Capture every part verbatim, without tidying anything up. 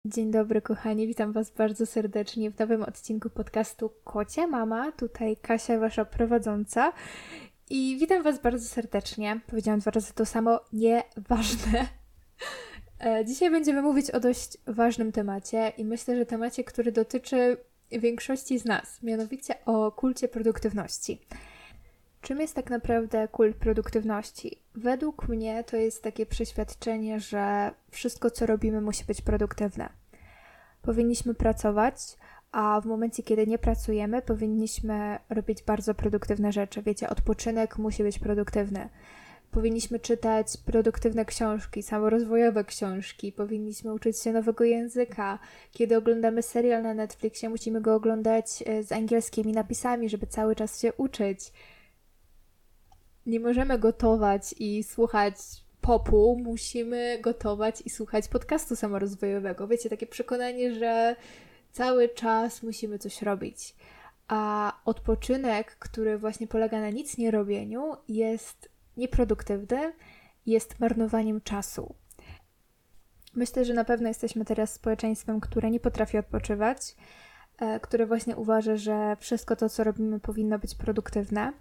Dzień dobry, kochani, witam Was bardzo serdecznie w nowym odcinku podcastu Kocia Mama. Tutaj Kasia, Wasza prowadząca. I witam Was bardzo serdecznie. Powiedziałam dwa razy to samo, nieważne. Dzisiaj będziemy mówić o dość ważnym temacie i myślę, że temacie, który dotyczy większości z nas, mianowicie o kulcie produktywności. Czym jest tak naprawdę kult produktywności? Według mnie to jest takie przeświadczenie, że wszystko, co robimy, musi być produktywne. Powinniśmy pracować, a w momencie, kiedy nie pracujemy, powinniśmy robić bardzo produktywne rzeczy. Wiecie, odpoczynek musi być produktywny. Powinniśmy czytać produktywne książki, samorozwojowe książki, powinniśmy uczyć się nowego języka. Kiedy oglądamy serial na Netflixie, musimy go oglądać z angielskimi napisami, żeby cały czas się uczyć. Nie możemy gotować i słuchać popu, musimy gotować i słuchać podcastu samorozwojowego. Wiecie, takie przekonanie, że cały czas musimy coś robić. A odpoczynek, który właśnie polega na nic nie robieniu, jest nieproduktywny, jest marnowaniem czasu. Myślę, że na pewno jesteśmy teraz społeczeństwem, które nie potrafi odpoczywać, które właśnie uważa, że wszystko to, co robimy, powinno być produktywne.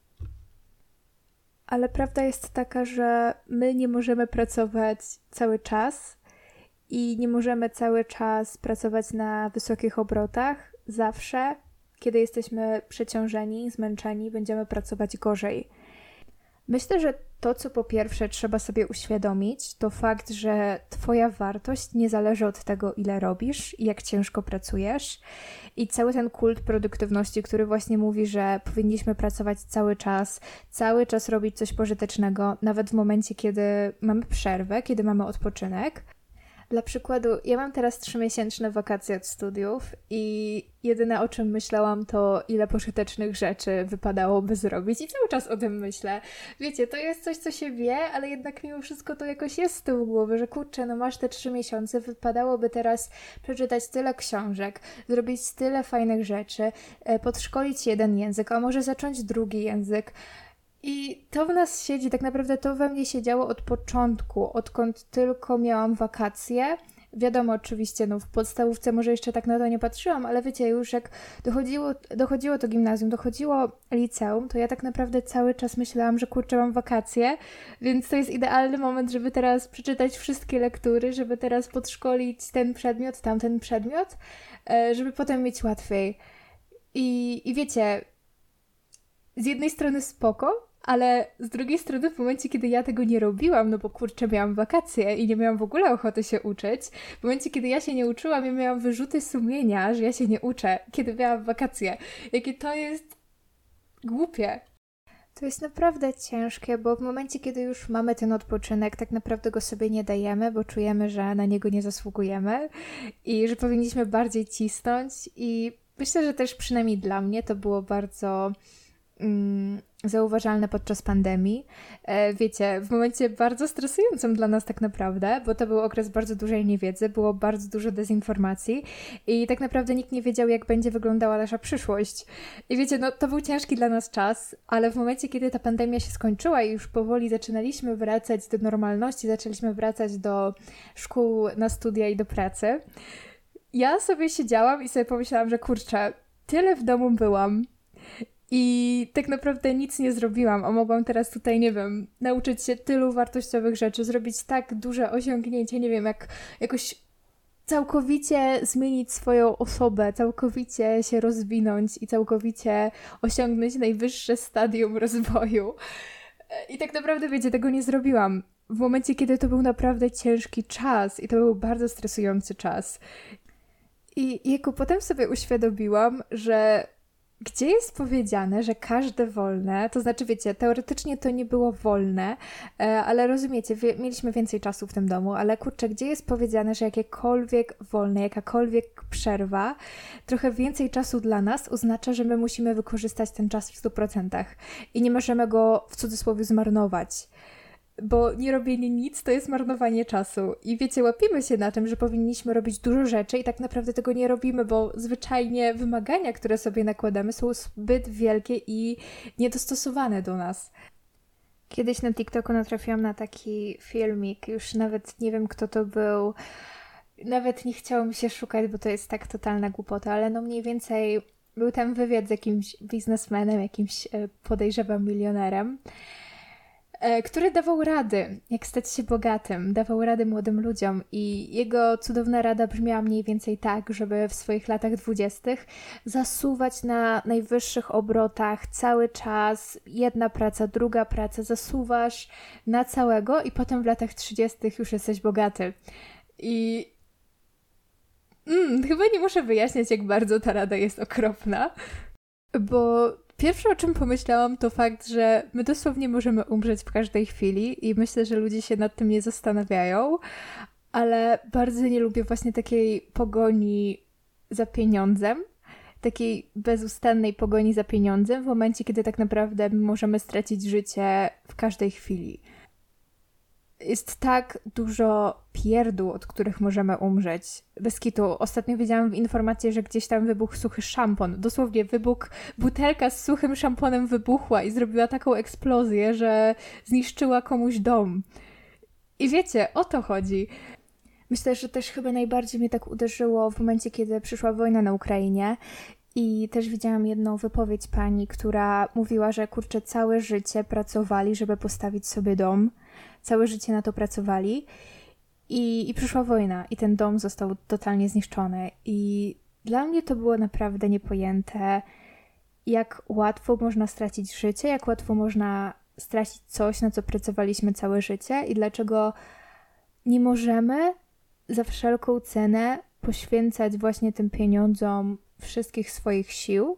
Ale prawda jest taka, że my nie możemy pracować cały czas i nie możemy cały czas pracować na wysokich obrotach. Zawsze, kiedy jesteśmy przeciążeni, zmęczeni, będziemy pracować gorzej. Myślę, że to, co po pierwsze trzeba sobie uświadomić, to fakt, że Twoja wartość nie zależy od tego, ile robisz i jak ciężko pracujesz. I cały ten kult produktywności, który właśnie mówi, że powinniśmy pracować cały czas, cały czas robić coś pożytecznego, nawet w momencie, kiedy mamy przerwę, kiedy mamy odpoczynek. Dla przykładu, ja mam teraz trzymiesięczne wakacje od studiów i jedyne, o czym myślałam, to ile pożytecznych rzeczy wypadałoby zrobić i cały czas o tym myślę. Wiecie, to jest coś, co się wie, ale jednak mimo wszystko to jakoś jest z tyłu głowy, że kurczę, no masz te trzy miesiące, wypadałoby teraz przeczytać tyle książek, zrobić tyle fajnych rzeczy, podszkolić jeden język, a może zacząć drugi język. I to w nas siedzi, tak naprawdę to we mnie siedziało od początku, odkąd tylko miałam wakacje. Wiadomo, oczywiście, no w podstawówce może jeszcze tak na to nie patrzyłam, ale wiecie, już jak dochodziło, dochodziło to gimnazjum, dochodziło liceum, to ja tak naprawdę cały czas myślałam, że kurczę, mam wakacje, więc to jest idealny moment, żeby teraz przeczytać wszystkie lektury, żeby teraz podszkolić ten przedmiot, tamten przedmiot, żeby potem mieć łatwiej. I, i wiecie, z jednej strony spoko, ale z drugiej strony w momencie, kiedy ja tego nie robiłam, no bo kurczę, miałam wakacje i nie miałam w ogóle ochoty się uczyć, w momencie, kiedy ja się nie uczyłam, ja miałam wyrzuty sumienia, że ja się nie uczę, kiedy miałam wakacje. Jakie to jest głupie. To jest naprawdę ciężkie, bo w momencie, kiedy już mamy ten odpoczynek, tak naprawdę go sobie nie dajemy, bo czujemy, że na niego nie zasługujemy i że powinniśmy bardziej cisnąć i myślę, że też przynajmniej dla mnie to było bardzo Mm, zauważalne podczas pandemii. E, wiecie, w momencie bardzo stresującym dla nas tak naprawdę, bo to był okres bardzo dużej niewiedzy, było bardzo dużo dezinformacji i tak naprawdę nikt nie wiedział, jak będzie wyglądała nasza przyszłość. I wiecie, no to był ciężki dla nas czas, ale w momencie, kiedy ta pandemia się skończyła i już powoli zaczynaliśmy wracać do normalności, zaczęliśmy wracać do szkół, na studia i do pracy, ja sobie siedziałam i sobie pomyślałam, że kurczę, tyle w domu byłam, i tak naprawdę nic nie zrobiłam, a mogłam teraz tutaj, nie wiem, nauczyć się tylu wartościowych rzeczy, zrobić tak duże osiągnięcie, nie wiem, jak jakoś całkowicie zmienić swoją osobę, całkowicie się rozwinąć i całkowicie osiągnąć najwyższe stadium rozwoju. I tak naprawdę, wiecie, tego nie zrobiłam. W momencie, kiedy to był naprawdę ciężki czas i to był bardzo stresujący czas. I jako potem sobie uświadomiłam, że gdzie jest powiedziane, że każde wolne, to znaczy wiecie, teoretycznie to nie było wolne, ale rozumiecie, wie, mieliśmy więcej czasu w tym domu, ale kurczę, gdzie jest powiedziane, że jakiekolwiek wolne, jakakolwiek przerwa, trochę więcej czasu dla nas oznacza, że my musimy wykorzystać ten czas w stu procentach i nie możemy go w cudzysłowie zmarnować. Bo nie robienie nic to jest marnowanie czasu. I wiecie, łapiemy się na tym, że powinniśmy robić dużo rzeczy i tak naprawdę tego nie robimy, bo zwyczajnie wymagania, które sobie nakładamy, są zbyt wielkie i niedostosowane do nas. Kiedyś na TikToku natrafiłam na taki filmik, już nawet nie wiem, kto to był, nawet nie chciało mi się szukać, bo to jest tak totalna głupota, ale no mniej więcej był tam wywiad z jakimś biznesmenem, jakimś podejrzewam milionerem, który dawał rady, jak stać się bogatym, dawał rady młodym ludziom i jego cudowna rada brzmiała mniej więcej tak, żeby w swoich latach dwudziestych zasuwać na najwyższych obrotach cały czas, jedna praca, druga praca, zasuwasz na całego i potem w latach trzydziestych już jesteś bogaty. I mm, chyba nie muszę wyjaśniać, jak bardzo ta rada jest okropna, bo pierwsze, o czym pomyślałam, to fakt, że my dosłownie możemy umrzeć w każdej chwili i myślę, że ludzie się nad tym nie zastanawiają, ale bardzo nie lubię właśnie takiej pogoni za pieniądzem, takiej bezustannej pogoni za pieniądzem w momencie, kiedy tak naprawdę możemy stracić życie w każdej chwili. Jest tak dużo pierdół, od których możemy umrzeć. Bez kitu. Ostatnio widziałam w informacji, że gdzieś tam wybuchł suchy szampon. Dosłownie wybuch, butelka z suchym szamponem wybuchła i zrobiła taką eksplozję, że zniszczyła komuś dom. I wiecie, o to chodzi. Myślę, że też chyba najbardziej mnie tak uderzyło w momencie, kiedy przyszła wojna na Ukrainie. I też widziałam jedną wypowiedź pani, która mówiła, że kurczę, całe życie pracowali, żeby postawić sobie dom. Całe życie na to pracowali i, i przyszła wojna i ten dom został totalnie zniszczony. I dla mnie to było naprawdę niepojęte, jak łatwo można stracić życie, jak łatwo można stracić coś, na co pracowaliśmy całe życie i dlaczego nie możemy za wszelką cenę poświęcać właśnie tym pieniądzom wszystkich swoich sił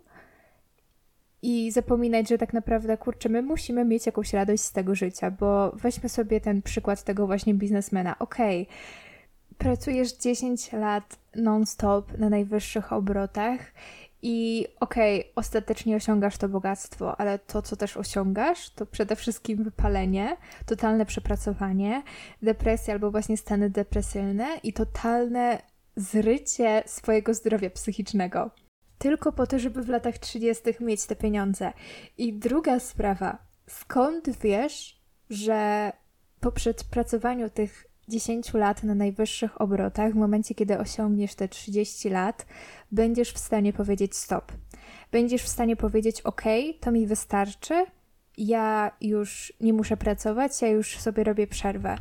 i zapominać, że tak naprawdę, kurczę, my musimy mieć jakąś radość z tego życia, bo weźmy sobie ten przykład tego właśnie biznesmena. Okej, okay, pracujesz dziesięć lat non-stop na najwyższych obrotach i okej, okay, ostatecznie osiągasz to bogactwo, ale to, co też osiągasz, to przede wszystkim wypalenie, totalne przepracowanie, depresja albo właśnie stany depresyjne i totalne zrycie swojego zdrowia psychicznego. Tylko po to, żeby w latach trzydziestych mieć te pieniądze. I druga sprawa, skąd wiesz, że po przepracowaniu tych dziesięciu lat na najwyższych obrotach, w momencie, kiedy osiągniesz te trzydzieści lat, będziesz w stanie powiedzieć stop. Będziesz w stanie powiedzieć, okej, to mi wystarczy, ja już nie muszę pracować, ja już sobie robię przerwę.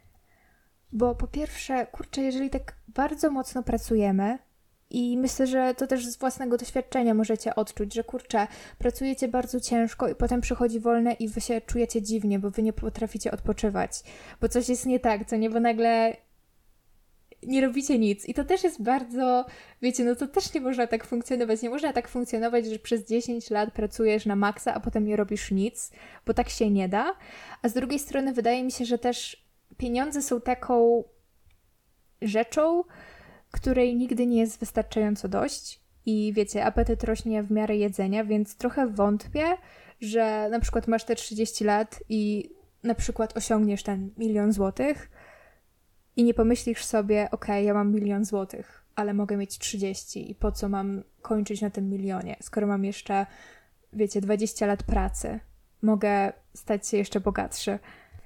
Bo po pierwsze, kurczę, jeżeli tak bardzo mocno pracujemy, i myślę, że to też z własnego doświadczenia możecie odczuć, że kurczę, pracujecie bardzo ciężko i potem przychodzi wolne i wy się czujecie dziwnie, bo wy nie potraficie odpoczywać, bo coś jest nie tak, co nie, bo nagle nie robicie nic. I to też jest bardzo, wiecie, no to też nie można tak funkcjonować. Nie można tak funkcjonować, że przez dziesięć lat pracujesz na maksa, a potem nie robisz nic, bo tak się nie da. A z drugiej strony wydaje mi się, że też pieniądze są taką rzeczą, której nigdy nie jest wystarczająco dość i wiecie, apetyt rośnie w miarę jedzenia, więc trochę wątpię, że na przykład masz te trzydzieści lat i na przykład osiągniesz ten milion złotych i nie pomyślisz sobie, okej, okay, ja mam milion złotych, ale mogę mieć trzydzieści i po co mam kończyć na tym milionie, skoro mam jeszcze, wiecie, dwadzieścia lat pracy, mogę stać się jeszcze bogatszy.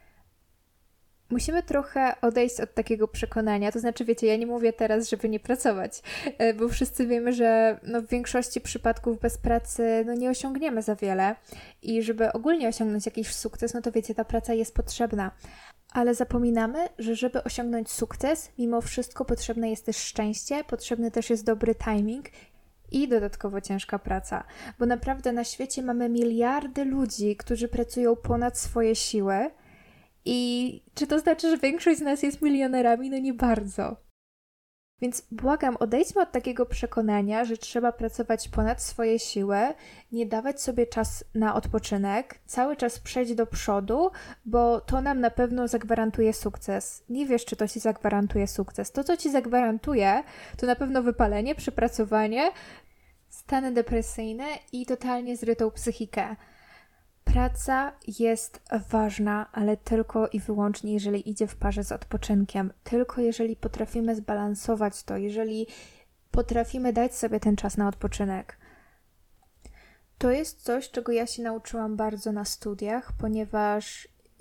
Musimy trochę odejść od takiego przekonania, to znaczy, wiecie, ja nie mówię teraz, żeby nie pracować, bo wszyscy wiemy, że no, w większości przypadków bez pracy no, nie osiągniemy za wiele i żeby ogólnie osiągnąć jakiś sukces, no to wiecie, ta praca jest potrzebna. Ale zapominamy, że żeby osiągnąć sukces, mimo wszystko potrzebne jest też szczęście, potrzebny też jest dobry timing i dodatkowo ciężka praca, bo naprawdę na świecie mamy miliardy ludzi, którzy pracują ponad swoje siły. I czy to znaczy, że większość z nas jest milionerami? No nie bardzo. Więc błagam, odejdźmy od takiego przekonania, że trzeba pracować ponad swoje siły, nie dawać sobie czas na odpoczynek, cały czas przejść do przodu, bo to nam na pewno zagwarantuje sukces. Nie wiesz, czy to ci zagwarantuje sukces. To, co ci zagwarantuje, to na pewno wypalenie, przepracowanie, stany depresyjne i totalnie zrytą psychikę. Praca jest ważna, ale tylko i wyłącznie, jeżeli idzie w parze z odpoczynkiem. Tylko jeżeli potrafimy zbalansować to, jeżeli potrafimy dać sobie ten czas na odpoczynek. To jest coś, czego ja się nauczyłam bardzo na studiach, ponieważ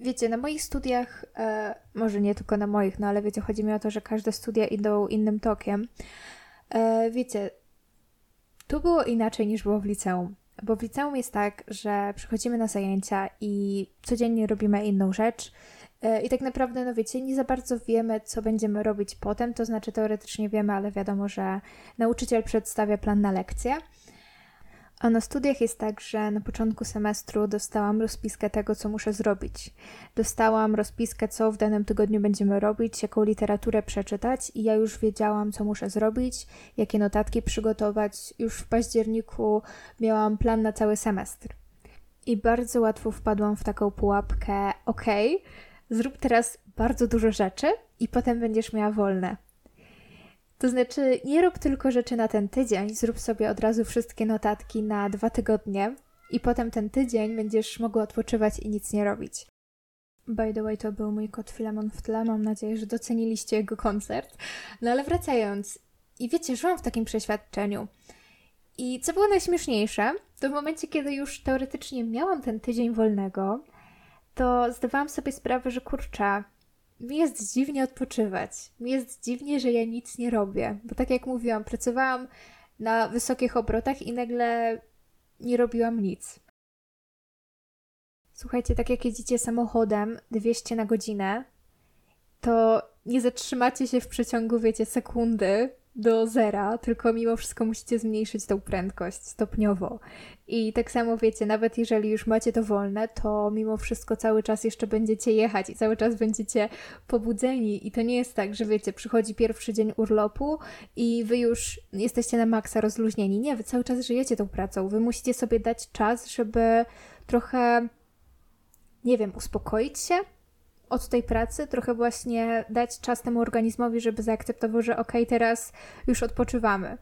wiecie, na moich studiach, e, może nie tylko na moich, no ale wiecie, chodzi mi o to, że każde studia idą innym tokiem. E, wiecie, tu było inaczej niż było w liceum. Bo w liceum jest tak, że przychodzimy na zajęcia i codziennie robimy inną rzecz i tak naprawdę, no wiecie, nie za bardzo wiemy, co będziemy robić potem, to znaczy teoretycznie wiemy, ale wiadomo, że nauczyciel przedstawia plan na lekcję. A na studiach jest tak, że na początku semestru dostałam rozpiskę tego, co muszę zrobić. Dostałam rozpiskę, co w danym tygodniu będziemy robić, jaką literaturę przeczytać i ja już wiedziałam, co muszę zrobić, jakie notatki przygotować. Już w październiku miałam plan na cały semestr. I bardzo łatwo wpadłam w taką pułapkę, okej, okay, zrób teraz bardzo dużo rzeczy i potem będziesz miała wolne. To znaczy, nie rób tylko rzeczy na ten tydzień, zrób sobie od razu wszystkie notatki na dwa tygodnie i potem ten tydzień będziesz mogła odpoczywać i nic nie robić. By the way, to był mój kot Filemon w tle, mam nadzieję, że doceniliście jego koncert. No ale wracając, i wiecie, żyłam w takim przeświadczeniu. I co było najśmieszniejsze, to w momencie, kiedy już teoretycznie miałam ten tydzień wolnego, to zdawałam sobie sprawę, że kurczę, mi jest dziwnie odpoczywać. Mi jest dziwnie, że ja nic nie robię. Bo tak jak mówiłam, pracowałam na wysokich obrotach i nagle nie robiłam nic. Słuchajcie, tak jak jedziecie samochodem dwieście na godzinę, to nie zatrzymacie się w przeciągu, wiecie, sekundy do zera, tylko mimo wszystko musicie zmniejszyć tą prędkość stopniowo. I tak samo wiecie, nawet jeżeli już macie to wolne, to mimo wszystko cały czas jeszcze będziecie jechać i cały czas będziecie pobudzeni. I to nie jest tak, że wiecie, przychodzi pierwszy dzień urlopu i wy już jesteście na maksa rozluźnieni. Nie, wy cały czas żyjecie tą pracą. Wy musicie sobie dać czas, żeby trochę, nie wiem, uspokoić się od tej pracy, trochę właśnie dać czas temu organizmowi, żeby zaakceptował, że okej, okay, teraz już odpoczywamy.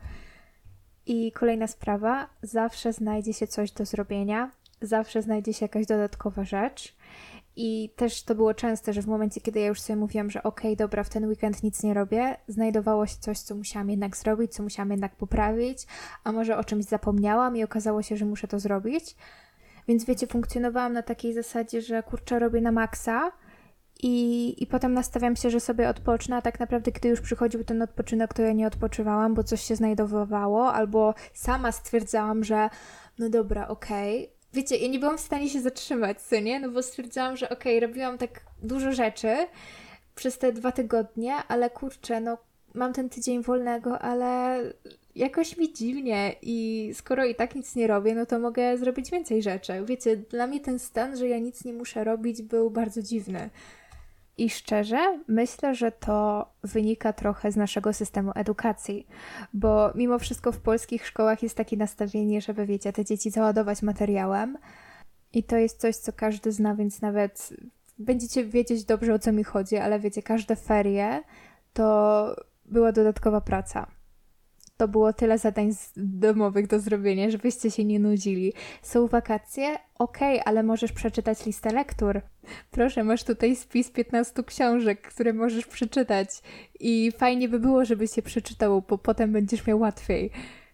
I kolejna sprawa, zawsze znajdzie się coś do zrobienia, zawsze znajdzie się jakaś dodatkowa rzecz. I też to było częste, że w momencie, kiedy ja już sobie mówiłam, że okej, okay, dobra, w ten weekend nic nie robię, znajdowało się coś, co musiałam jednak zrobić, co musiałam jednak poprawić, a może o czymś zapomniałam i okazało się, że muszę to zrobić. Więc wiecie, funkcjonowałam na takiej zasadzie, że kurczę, robię na maksa, I, I potem nastawiam się, że sobie odpocznę, a tak naprawdę gdy już przychodził ten odpoczynek, to ja nie odpoczywałam, bo coś się znajdowało, albo sama stwierdzałam, że no dobra, okej. Okay. Wiecie, ja nie byłam w stanie się zatrzymać, co nie? No bo stwierdzałam, że okej, okay, robiłam tak dużo rzeczy przez te dwa tygodnie, ale kurczę, no mam ten tydzień wolnego, ale jakoś mi dziwnie i skoro i tak nic nie robię, no to mogę zrobić więcej rzeczy. Wiecie, dla mnie ten stan, że ja nic nie muszę robić, był bardzo dziwny. I szczerze, myślę, że to wynika trochę z naszego systemu edukacji, bo mimo wszystko w polskich szkołach jest takie nastawienie, żeby, wiecie, te dzieci załadować materiałem i to jest coś, co każdy zna, więc nawet będziecie wiedzieć dobrze, o co mi chodzi, ale wiecie, każde ferie to była dodatkowa praca. To było tyle zadań domowych do zrobienia, żebyście się nie nudzili. Są wakacje? Okej, okay, ale możesz przeczytać listę lektur. Proszę, masz tutaj spis piętnastu książek, które możesz przeczytać. I fajnie by było, żebyś je przeczytał, bo potem będziesz miał łatwiej.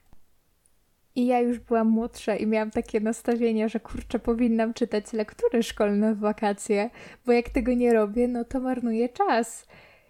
I ja już byłam młodsza i miałam takie nastawienie, że kurczę, powinnam czytać lektury szkolne w wakacje, bo jak tego nie robię, no to marnuję czas.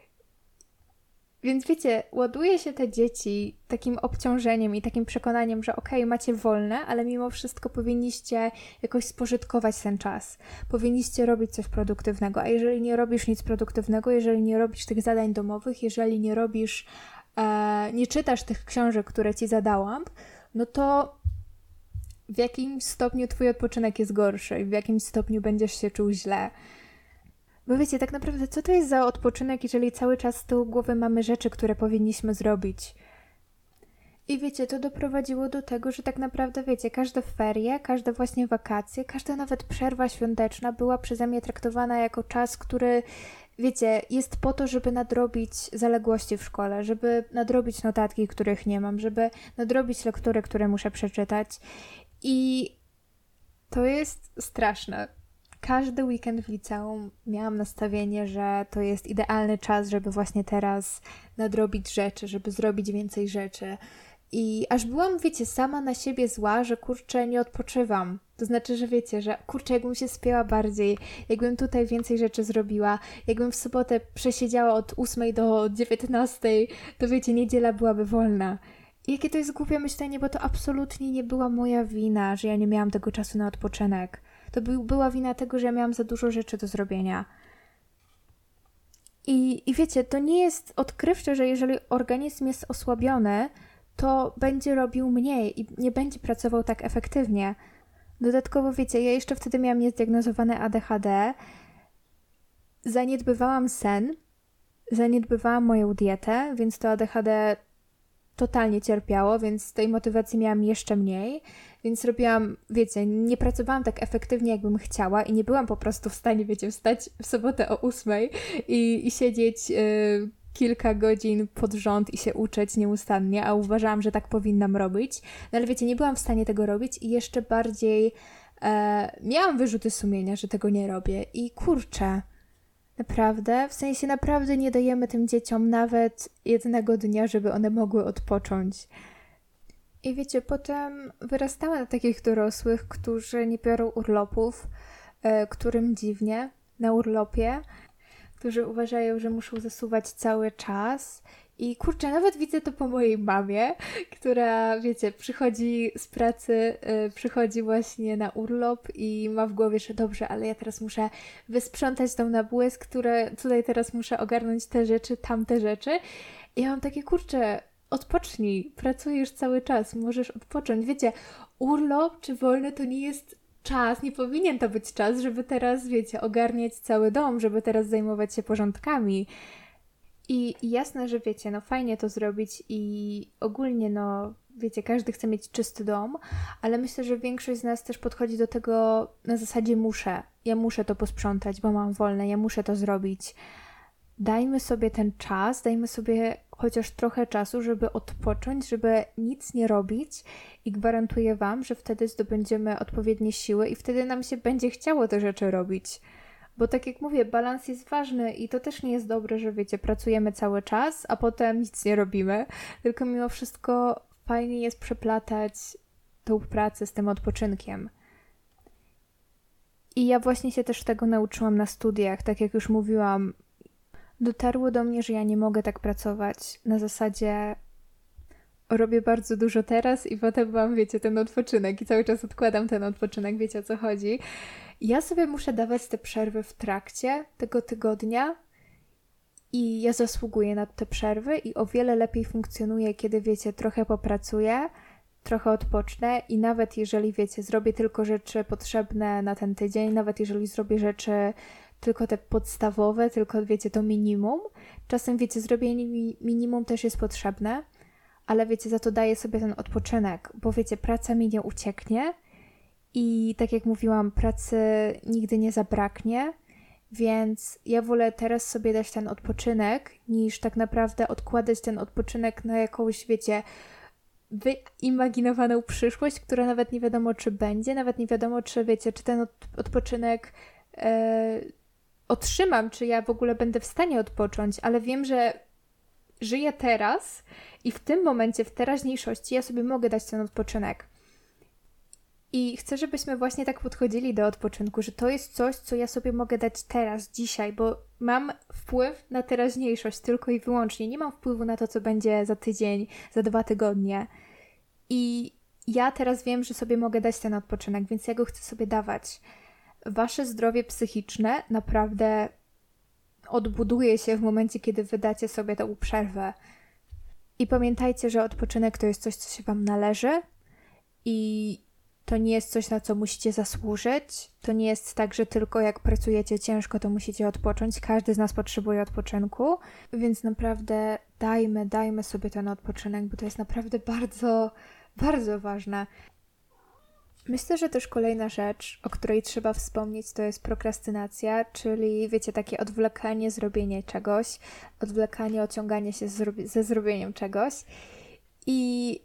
Więc wiecie, ładuje się te dzieci takim obciążeniem i takim przekonaniem, że okej, okay, macie wolne, ale mimo wszystko powinniście jakoś spożytkować ten czas. Powinniście robić coś produktywnego, a jeżeli nie robisz nic produktywnego, jeżeli nie robisz tych zadań domowych, jeżeli nie robisz, e, nie czytasz tych książek, które ci zadałam, no to w jakimś stopniu twój odpoczynek jest gorszy i w jakimś stopniu będziesz się czuł źle. Bo wiecie, tak naprawdę, co to jest za odpoczynek, jeżeli cały czas z tyłu głowy mamy rzeczy, które powinniśmy zrobić? I wiecie, to doprowadziło do tego, że tak naprawdę, wiecie, każde ferie, każde właśnie wakacje, każda nawet przerwa świąteczna była przeze mnie traktowana jako czas, który, wiecie, jest po to, żeby nadrobić zaległości w szkole, żeby nadrobić notatki, których nie mam, żeby nadrobić lektury, które muszę przeczytać. I to jest straszne. Każdy weekend w liceum miałam nastawienie, że to jest idealny czas, żeby właśnie teraz nadrobić rzeczy, żeby zrobić więcej rzeczy. I aż byłam, wiecie, sama na siebie zła, że kurczę, nie odpoczywam. To znaczy, że wiecie, że kurczę, jakbym się spięła bardziej, jakbym tutaj więcej rzeczy zrobiła, jakbym w sobotę przesiedziała od ósmej do dziewiętnastej, to wiecie, niedziela byłaby wolna. I jakie to jest głupie myślenie, bo to absolutnie nie była moja wina, że ja nie miałam tego czasu na odpoczynek. To by, była wina tego, że ja miałam za dużo rzeczy do zrobienia. I, I wiecie, to nie jest odkrywcze, że jeżeli organizm jest osłabiony, to będzie robił mniej i nie będzie pracował tak efektywnie. Dodatkowo, wiecie, ja jeszcze wtedy miałam niezdiagnozowane A D H D, zaniedbywałam sen, zaniedbywałam moją dietę, więc to A D H D totalnie cierpiało, więc tej motywacji miałam jeszcze mniej, więc robiłam, wiecie, nie pracowałam tak efektywnie, jakbym chciała i nie byłam po prostu w stanie, wiecie, wstać w sobotę o ósmej i, i siedzieć yy, kilka godzin pod rząd i się uczyć nieustannie, a uważałam, że tak powinnam robić. No ale wiecie, nie byłam w stanie tego robić i jeszcze bardziej e, miałam wyrzuty sumienia, że tego nie robię. I kurczę, naprawdę, w sensie naprawdę nie dajemy tym dzieciom nawet jednego dnia, żeby one mogły odpocząć. I wiecie, potem wyrastamy na takich dorosłych, którzy nie biorą urlopów, e, którym dziwnie, na urlopie, którzy uważają, że muszą zasuwać cały czas. I kurczę, nawet widzę to po mojej mamie, która, wiecie, przychodzi z pracy, yy, przychodzi właśnie na urlop i ma w głowie, że dobrze, ale ja teraz muszę wysprzątać dom na błysk, które tutaj teraz muszę ogarnąć te rzeczy, tamte rzeczy. I ja mam takie, kurczę, odpocznij, pracujesz cały czas, możesz odpocząć. Wiecie, urlop czy wolny to nie jest czas, nie powinien to być czas, żeby teraz, wiecie, ogarniać cały dom, żeby teraz zajmować się porządkami. I, I jasne, że wiecie, no fajnie to zrobić i ogólnie, no wiecie, każdy chce mieć czysty dom, ale myślę, że większość z nas też podchodzi do tego na zasadzie muszę. Ja muszę to posprzątać, bo mam wolne, ja muszę to zrobić. Dajmy sobie ten czas, dajmy sobie chociaż trochę czasu, żeby odpocząć, żeby nic nie robić i gwarantuję Wam, że wtedy zdobędziemy odpowiednie siły i wtedy nam się będzie chciało te rzeczy robić. Bo tak jak mówię, balans jest ważny i to też nie jest dobre, że wiecie, pracujemy cały czas, a potem nic nie robimy, tylko mimo wszystko fajnie jest przeplatać tą pracę z tym odpoczynkiem. I ja właśnie się też tego nauczyłam na studiach, tak jak już mówiłam, dotarło do mnie, że ja nie mogę tak pracować na zasadzie robię bardzo dużo teraz i potem mam, wiecie, ten odpoczynek i cały czas odkładam ten odpoczynek, wiecie o co chodzi. Ja sobie muszę dawać te przerwy w trakcie tego tygodnia i ja zasługuję na te przerwy i o wiele lepiej funkcjonuję, kiedy, wiecie, trochę popracuję, trochę odpocznę i nawet jeżeli, wiecie, zrobię tylko rzeczy potrzebne na ten tydzień, nawet jeżeli zrobię rzeczy tylko te podstawowe, tylko, wiecie, to minimum. Czasem, wiecie, zrobienie mi- minimum też jest potrzebne, ale, wiecie, za to daję sobie ten odpoczynek, bo, wiecie, praca mi nie ucieknie i tak jak mówiłam, pracy nigdy nie zabraknie, więc ja wolę teraz sobie dać ten odpoczynek, niż tak naprawdę odkładać ten odpoczynek na jakąś, wiecie, wyimaginowaną przyszłość, która nawet nie wiadomo, czy będzie, nawet nie wiadomo, czy, wiecie, czy ten od- odpoczynek e, otrzymam, czy ja w ogóle będę w stanie odpocząć, ale wiem, że żyję teraz i w tym momencie, w teraźniejszości ja sobie mogę dać ten odpoczynek. I chcę, żebyśmy właśnie tak podchodzili do odpoczynku, że to jest coś, co ja sobie mogę dać teraz, dzisiaj, bo mam wpływ na teraźniejszość tylko i wyłącznie. Nie mam wpływu na to, co będzie za tydzień, za dwa tygodnie. I ja teraz wiem, że sobie mogę dać ten odpoczynek, więc ja go chcę sobie dawać. Wasze zdrowie psychiczne naprawdę odbuduje się w momencie, kiedy wydacie sobie tę przerwę. I pamiętajcie, że odpoczynek to jest coś, co się Wam należy i to nie jest coś, na co musicie zasłużyć. To nie jest tak, że tylko jak pracujecie ciężko, to musicie odpocząć. Każdy z nas potrzebuje odpoczynku, więc naprawdę dajmy, dajmy sobie ten odpoczynek, bo to jest naprawdę bardzo, bardzo ważne. Myślę, że też kolejna rzecz, o której trzeba wspomnieć, to jest prokrastynacja, czyli, wiecie, takie odwlekanie, zrobienie czegoś, odwlekanie, ociąganie się zro- ze zrobieniem czegoś. I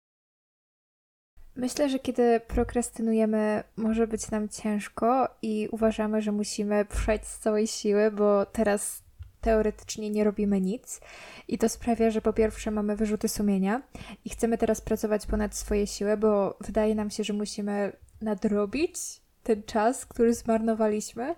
myślę, że kiedy prokrastynujemy, może być nam ciężko i uważamy, że musimy przejść z całej siły, bo teraz teoretycznie nie robimy nic i to sprawia, że po pierwsze mamy wyrzuty sumienia i chcemy teraz pracować ponad swoje siły, bo wydaje nam się, że musimy nadrobić ten czas, który zmarnowaliśmy.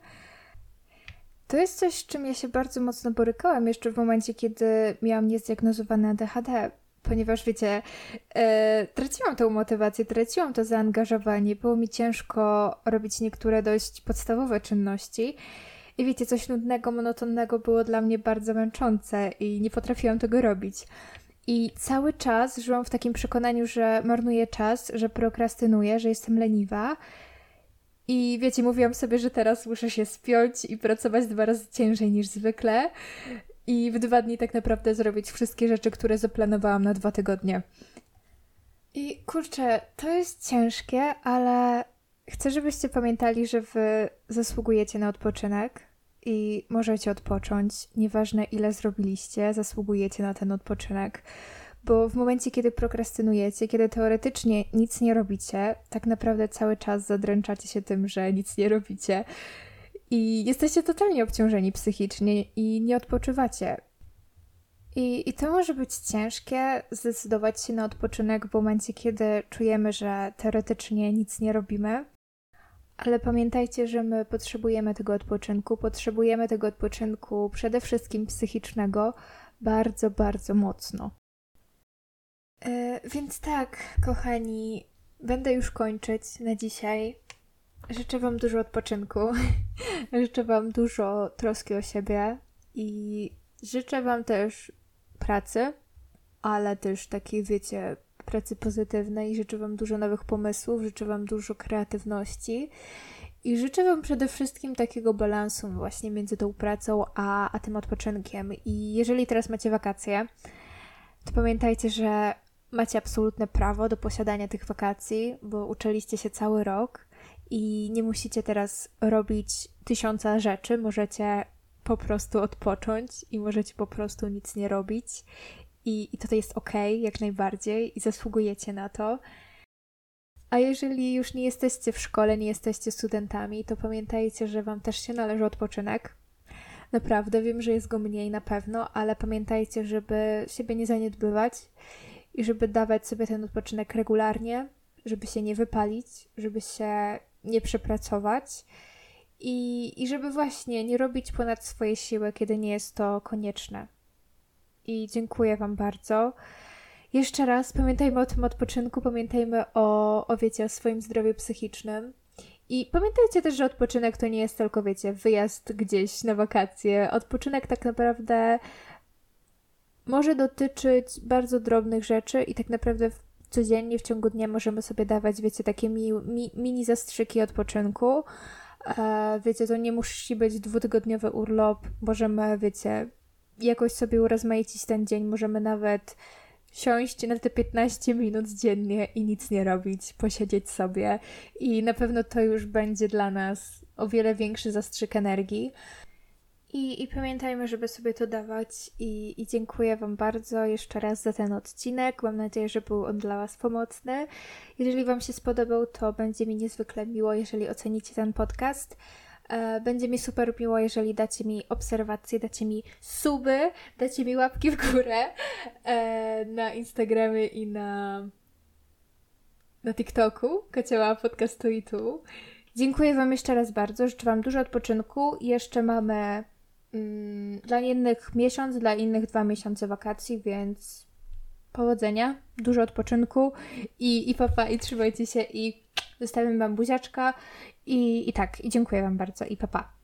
To jest coś, z czym ja się bardzo mocno borykałam jeszcze w momencie, kiedy miałam niezdiagnozowane A D H D, ponieważ wiecie, e, traciłam tą motywację, traciłam to zaangażowanie, było mi ciężko robić niektóre dość podstawowe czynności i wiecie, coś nudnego, monotonnego było dla mnie bardzo męczące i nie potrafiłam tego robić. I cały czas żyłam w takim przekonaniu, że marnuję czas, że prokrastynuję, że jestem leniwa. I wiecie, mówiłam sobie, że teraz muszę się spiąć i pracować dwa razy ciężej niż zwykle i w dwa dni tak naprawdę zrobić wszystkie rzeczy, które zaplanowałam na dwa tygodnie. I kurczę, to jest ciężkie, ale chcę, żebyście pamiętali, że wy zasługujecie na odpoczynek i możecie odpocząć. Nieważne ile zrobiliście, zasługujecie na ten odpoczynek. Bo w momencie, kiedy prokrastynujecie, kiedy teoretycznie nic nie robicie, tak naprawdę cały czas zadręczacie się tym, że nic nie robicie i jesteście totalnie obciążeni psychicznie i nie odpoczywacie. I, i to może być ciężkie, zdecydować się na odpoczynek w momencie, kiedy czujemy, że teoretycznie nic nie robimy, ale pamiętajcie, że my potrzebujemy tego odpoczynku, potrzebujemy tego odpoczynku przede wszystkim psychicznego bardzo, bardzo mocno. Yy, więc tak, kochani, będę już kończyć na dzisiaj. Życzę wam dużo odpoczynku, życzę wam dużo troski o siebie i życzę wam też pracy, ale też takiej, wiecie, pracy pozytywnej. Życzę wam dużo nowych pomysłów, życzę wam dużo kreatywności i życzę wam przede wszystkim takiego balansu właśnie między tą pracą a, a tym odpoczynkiem. I jeżeli teraz macie wakacje, to pamiętajcie, że macie absolutne prawo do posiadania tych wakacji, bo uczyliście się cały rok i nie musicie teraz robić tysiąca rzeczy. Możecie po prostu odpocząć i możecie po prostu nic nie robić. I, i to jest okej, jak najbardziej i zasługujecie na to. A jeżeli już nie jesteście w szkole, nie jesteście studentami, to pamiętajcie, że wam też się należy odpoczynek. Naprawdę, wiem, że jest go mniej na pewno, ale pamiętajcie, żeby siebie nie zaniedbywać i żeby dawać sobie ten odpoczynek regularnie, żeby się nie wypalić, żeby się nie przepracować i, i żeby właśnie nie robić ponad swoje siły, kiedy nie jest to konieczne. I dziękuję wam bardzo. Jeszcze raz pamiętajmy o tym odpoczynku, pamiętajmy o, o wiecie, o swoim zdrowiu psychicznym. I pamiętajcie też, że odpoczynek to nie jest tylko, wiecie, wyjazd gdzieś na wakacje. Odpoczynek tak naprawdę może dotyczyć bardzo drobnych rzeczy i tak naprawdę codziennie w ciągu dnia możemy sobie dawać, wiecie, takie mi, mi, mini zastrzyki odpoczynku. E, wiecie, to nie musi być dwutygodniowy urlop. Możemy, wiecie, jakoś sobie urozmaicić ten dzień. Możemy nawet siąść na te piętnaście minut dziennie i nic nie robić, posiedzieć sobie i na pewno to już będzie dla nas o wiele większy zastrzyk energii. I, i pamiętajmy, żeby sobie to dawać i, i dziękuję wam bardzo jeszcze raz za ten odcinek. Mam nadzieję, że był on dla was pomocny. Jeżeli wam się spodobał, to będzie mi niezwykle miło, jeżeli ocenicie ten podcast. Będzie mi super miło, jeżeli dacie mi obserwacje, dacie mi suby, dacie mi łapki w górę e, na Instagramie i na, na TikToku, Kocioła Podcastu i tu. Dziękuję wam jeszcze raz bardzo, życzę wam dużo odpoczynku. Jeszcze mamy mm, dla innych miesiąc, dla innych dwa miesiące wakacji, więc powodzenia, dużo odpoczynku i, i papa, i trzymajcie się i zostawiam wam buziaczka i, i tak, i dziękuję wam bardzo i papa.